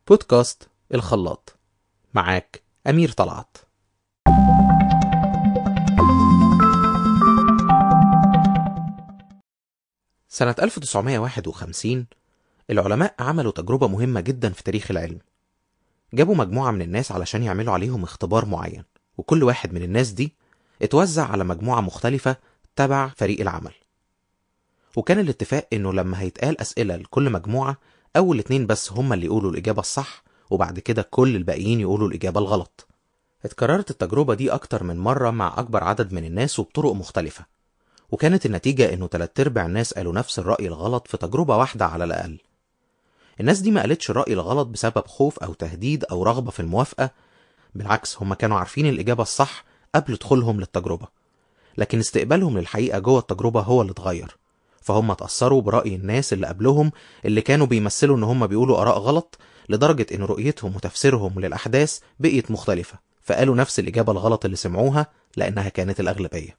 بودكاست الخلاط. معاك أمير طلعت. سنة 1951 العلماء عملوا تجربة مهمة جدا في تاريخ العلم. جابوا مجموعة من الناس علشان يعملوا عليهم اختبار معين، وكل واحد من الناس دي اتوزع على مجموعة مختلفة تبع فريق العمل. وكان الاتفاق انه لما هيتقال أسئلة لكل مجموعة، أول 2 بس هما اللي يقولوا الإجابة الصح، وبعد كده كل الباقيين يقولوا الإجابة الغلط. اتكررت التجربة دي أكتر من مرة مع أكبر عدد من الناس وبطرق مختلفة، وكانت النتيجة إنه 3/4 الناس قالوا نفس الرأي الغلط في تجربة واحدة على الأقل. الناس دي ما قالتش الرأي الغلط بسبب خوف أو تهديد أو رغبة في الموافقة، بالعكس هم كانوا عارفين الإجابة الصح قبل دخولهم للتجربة، لكن استقبالهم للحقيقة جوه التجربة هو اللي اتغير. فهم اتأثروا برأي الناس اللي قبلهم اللي كانوا بيمثلوا إن هم بيقولوا آراء غلط، لدرجة إن رؤيتهم وتفسيرهم للأحداث بقيت مختلفة، فقالوا نفس الإجابة الغلط اللي سمعوها لأنها كانت الأغلبية.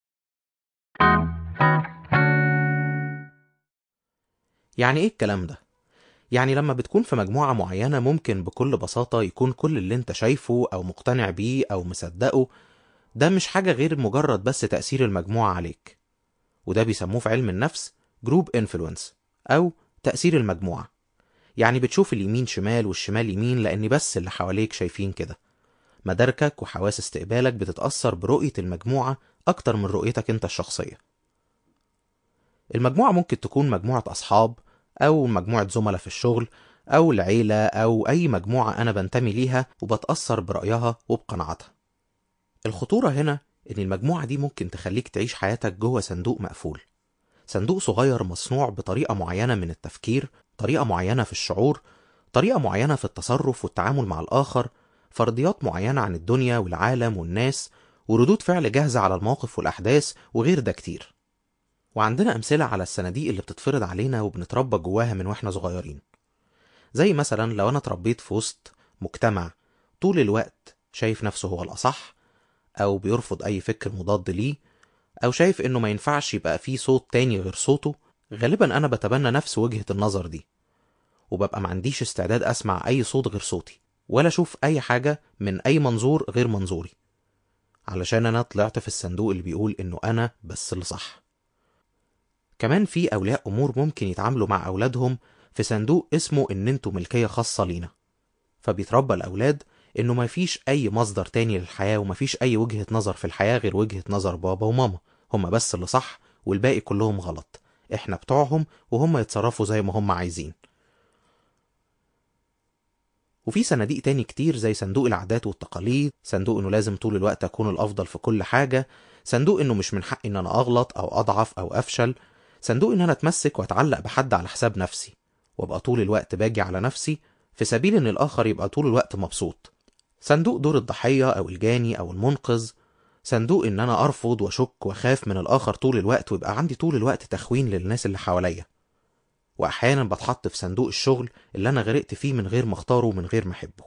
يعني إيه الكلام ده؟ يعني لما بتكون في مجموعة معينة ممكن بكل بساطة يكون كل اللي انت شايفه أو مقتنع بيه أو مصدقه ده مش حاجة غير مجرد بس تأثير المجموعة عليك، وده بيسموه في علم النفس جروب انفلونس أو تأثير المجموعة. يعني بتشوف اليمين شمال والشمال يمين لأن بس اللي حواليك شايفين كده. مداركك وحواس استقبالك بتتأثر برؤية المجموعة أكتر من رؤيتك انت الشخصية. المجموعة ممكن تكون مجموعة أصحاب أو مجموعة زملاء في الشغل أو العيلة أو أي مجموعة أنا بنتمي ليها وبتأثر برأيها وبقناعاتها. الخطورة هنا إن المجموعة دي ممكن تخليك تعيش حياتك جوه صندوق مقفول، صندوق صغير مصنوع بطريقة معينة من التفكير، طريقة معينة في الشعور، طريقة معينة في التصرف والتعامل مع الآخر، فرضيات معينة عن الدنيا والعالم والناس، وردود فعل جاهزة على المواقف والأحداث وغير ده كتير. وعندنا أمثلة على الصناديق اللي بتتفرض علينا وبنتربى جواها من واحنا صغيرين. زي مثلا لو أنا اتربيت في وسط مجتمع طول الوقت شايف نفسه هو الأصح، أو بيرفض أي فكر مضاد ليه، أو شايف إنه ما ينفعش يبقى فيه صوت تاني غير صوته، غالبا أنا بتبنى نفس وجهة النظر دي، وببقى ما عنديش استعداد أسمع أي صوت غير صوتي، ولا أشوف أي حاجة من أي منظور غير منظوري، علشان أنا طلعت في الصندوق اللي بيقول إنه أنا بس اللي صح. كمان في أولياء أمور ممكن يتعاملوا مع أولادهم في صندوق اسمه إن انتوا ملكية خاصة لينا، فبيتربى الأولاد إنه مفيش أي مصدر تاني للحياة ومفيش أي وجهة نظر في الحياة غير وجهة نظر بابا وماما، هما بس اللي صح والباقي كلهم غلط، إحنا بتوعهم وهم يتصرفوا زي ما هم عايزين. وفي صناديق تاني كتير زي صندوق العادات والتقاليد، صندوق إنه لازم طول الوقت أكون الأفضل في كل حاجة، صندوق إنه مش من حقي إن أنا أغلط أو أضعف أو أفشل، صندوق إن أنا أتمسك وأتعلق بحد على حساب نفسي وأبقى طول الوقت باجي على نفسي في سبيل إن الآخر يبقى طول الوقت مبسوط، صندوق دور الضحية أو الجاني أو المنقذ، صندوق إن أنا أرفض وأشك وأخاف من الآخر طول الوقت ويبقى عندي طول الوقت تخوين للناس اللي حواليا، وأحيانا بتحط في صندوق الشغل اللي أنا غرقت فيه من غير ما اختاره ومن غير ما أحبه.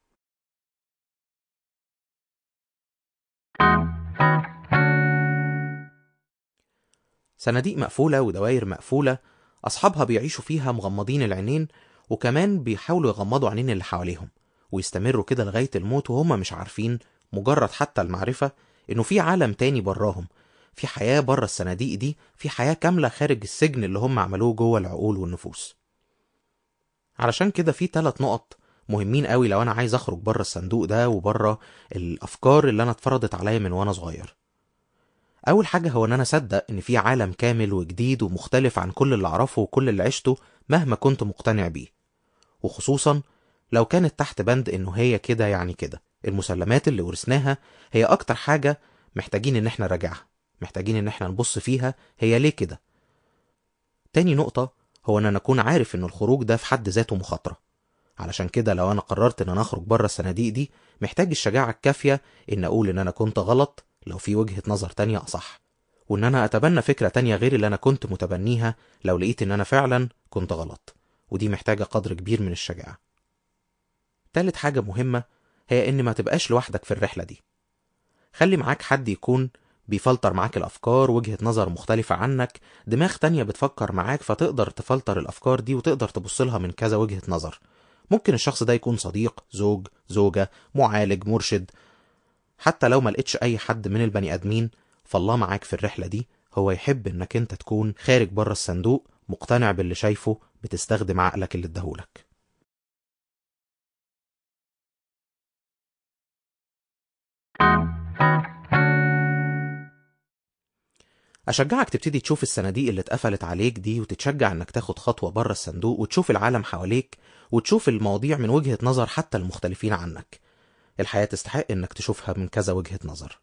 صناديق مقفولة ودوائر مقفولة أصحابها بيعيشوا فيها مغمضين العينين، وكمان بيحاولوا يغمضوا عينين اللي حواليهم، ويستمروا كده لغاية الموت وهم مش عارفين، مجرد حتى المعرفة إنه في عالم تاني براهم، في حياة برا الصناديق دي، في حياة كاملة خارج السجن اللي هم عملوه جوه العقول والنفوس. علشان كده في 3 نقط مهمين قوي لو أنا عايز أخرج برا الصندوق ده وبرا الأفكار اللي أنا اتفرضت عليا من وأنا صغير. أول حاجة هو إن أنا أصدق إن في عالم كامل وجديد ومختلف عن كل اللي أعرفه وكل اللي عشته مهما كنت مقتنع بيه، وخصوصا لو كانت تحت بند إنه هي كده يعني كده. المسلمات اللي ورثناها هي أكتر حاجة محتاجين إن احنا نراجعها، محتاجين إن احنا نبص فيها هي ليه كده. تاني نقطة هو إن أنا أكون عارف إن الخروج ده في حد ذاته مخاطرة، علشان كده لو أنا قررت إن أنا أخرج بره الصناديق دي محتاج الشجاعة الكافية إن أقول إن أنا كنت غلط لو في وجهة نظر تانية أصح، وإن أنا أتبنى فكرة تانية غير اللي أنا كنت متبنيها لو لقيت إن أنا فعلا كنت غلط، ودي محتاجة قدر كبير من الشجاعة. تالت حاجة مهمة هي إن ما تبقاش لوحدك في الرحلة دي، خلي معاك حد يكون بيفلتر معاك الأفكار، وجهة نظر مختلفة عنك، دماغ تانية بتفكر معاك فتقدر تفلتر الأفكار دي وتقدر تبصلها من كذا وجهة نظر، ممكن الشخص ده يكون صديق، زوج، زوجة، معالج، مرشد. حتى لو ما لقيتش اي حد من البني ادمين، فالله معاك في الرحلة دي. هو يحب انك انت تكون خارج بره الصندوق، مقتنع باللي شايفه، بتستخدم عقلك اللي اداهولك. أشجعك تبتدي تشوف الصناديق اللي اتقفلت عليك دي، وتتشجع إنك تاخد خطوة بره الصندوق وتشوف العالم حواليك، وتشوف المواضيع من وجهة نظر حتى المختلفين عنك. الحياة تستحق إنك تشوفها من كذا وجهة نظر.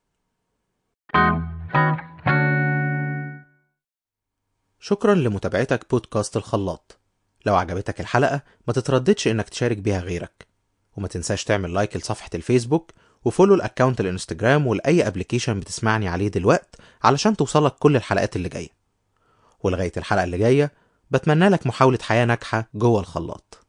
شكرا لمتابعتك بودكاست الخلاط. لو عجبتك الحلقة ما تترددش إنك تشارك بيها غيرك، وما تنساش تعمل لايك لصفحة الفيسبوك وفولو الأكاونت الانستجرام ولأي أبليكيشن بتسمعني عليه دلوقت علشان توصلك كل الحلقات اللي جاية. ولغاية الحلقة اللي جاية، بتمنى لك محاولة حياة ناجحة جوه الخلاط.